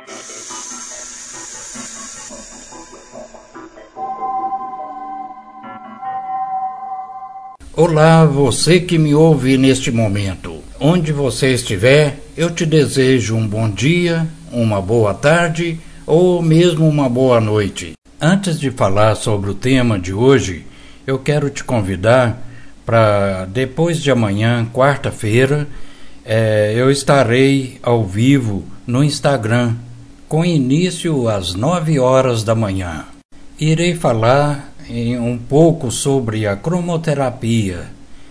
Olá, você que me ouve neste momento. Onde você estiver, eu te desejo um bom dia, uma boa tarde ou mesmo uma boa noite. Antes de falar sobre o tema de hoje, eu quero te convidar para depois de amanhã, quarta-feira, eu estarei ao vivo no Instagram, com início às 9 horas da manhã. Irei falar um pouco sobre a cromoterapia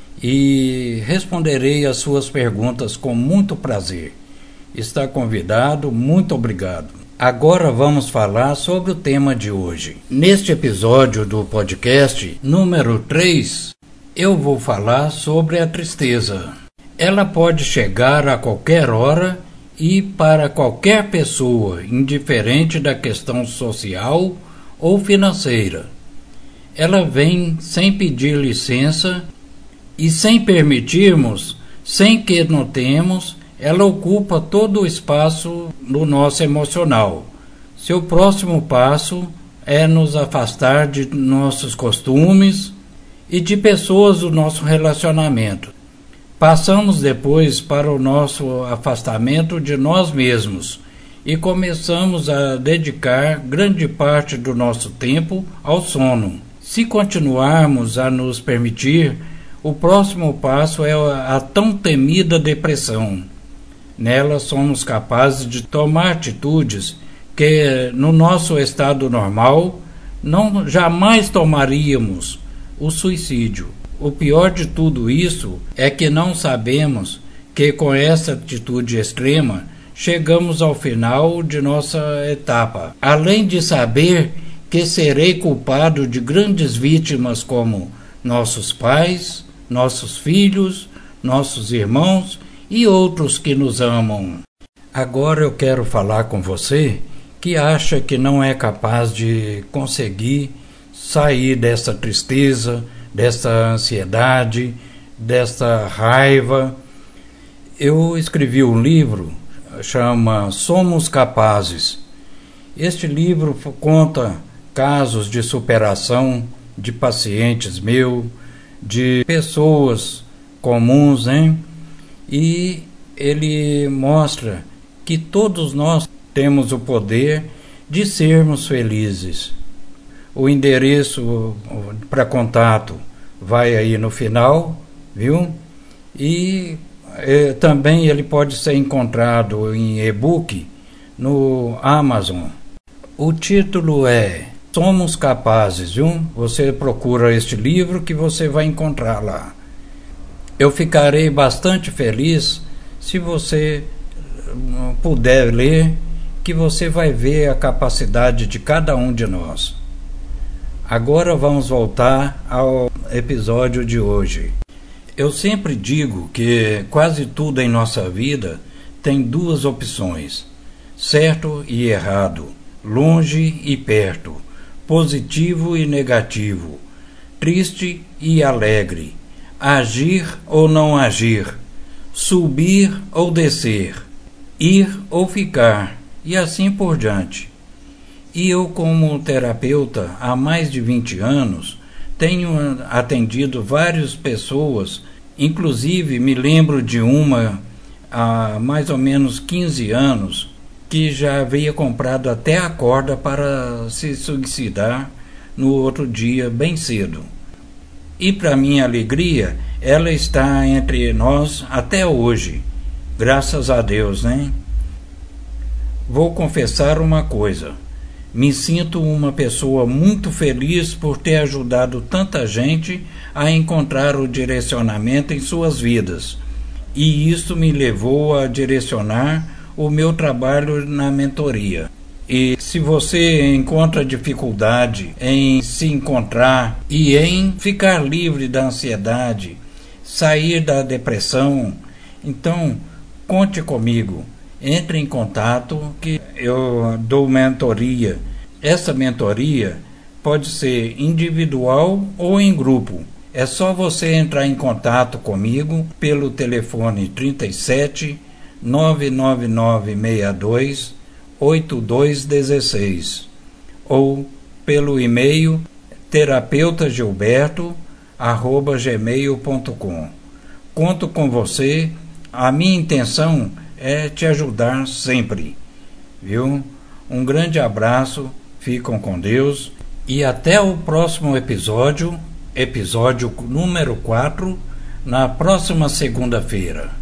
e responderei as suas perguntas com muito prazer. Está convidado, muito obrigado. Agora vamos falar sobre o tema de hoje. Neste episódio do podcast número 3, eu vou falar sobre a tristeza. Ela pode chegar a qualquer hora e para qualquer pessoa, indiferente da questão social ou financeira. Ela vem sem pedir licença e sem permitirmos, sem que notemos, ela ocupa todo o espaço no nosso emocional. Seu próximo passo é nos afastar de nossos costumes e de pessoas do nosso relacionamento. Passamos depois para o nosso afastamento de nós mesmos e começamos a dedicar grande parte do nosso tempo ao sono. Se continuarmos a nos permitir, o próximo passo é a tão temida depressão. Nela somos capazes de tomar atitudes que, no nosso estado normal, jamais tomaríamos: o suicídio. O pior de tudo isso é que não sabemos que, com essa atitude extrema, chegamos ao final de nossa etapa. Além de saber que serei culpado de grandes vítimas como nossos pais, nossos filhos, nossos irmãos e outros que nos amam. Agora eu quero falar com você que acha que não é capaz de conseguir sair dessa tristeza, dessa ansiedade, dessa raiva. Eu escrevi um livro, chama Somos Capazes. Este livro conta casos de superação de pacientes meus, de pessoas comuns, hein? E ele mostra que todos nós temos o poder de sermos felizes. O endereço para contato vai aí no final, viu? E também ele pode ser encontrado em e-book no Amazon. O título é Somos Capazes, viu? Você procura este livro que você vai encontrar lá. Eu ficarei bastante feliz se você puder ler, que você vai ver a capacidade de cada um de nós. Agora vamos voltar ao episódio de hoje. Eu sempre digo que quase tudo em nossa vida tem duas opções: certo e errado, longe e perto, positivo e negativo, triste e alegre, agir ou não agir, subir ou descer, ir ou ficar, e assim por diante. E eu, como terapeuta há mais de 20 anos, tenho atendido várias pessoas, inclusive me lembro de uma há mais ou menos 15 anos, que já havia comprado até a corda para se suicidar no outro dia, bem cedo. E, para minha alegria, ela está entre nós até hoje. Graças a Deus, né? Vou confessar uma coisa. Me sinto uma pessoa muito feliz por ter ajudado tanta gente a encontrar o direcionamento em suas vidas. E isso me levou a direcionar o meu trabalho na mentoria. E se você encontra dificuldade em se encontrar e em ficar livre da ansiedade, sair da depressão, então conte comigo. Entre em contato que eu dou mentoria. Essa mentoria pode ser individual ou em grupo. É só você entrar em contato comigo pelo telefone 37 99962 8216 ou pelo e-mail terapeutagilberto@gmail.com. Conto com você, a minha intenção é te ajudar sempre, viu? Um grande abraço, ficam com Deus e até o próximo episódio número 4, na próxima segunda-feira.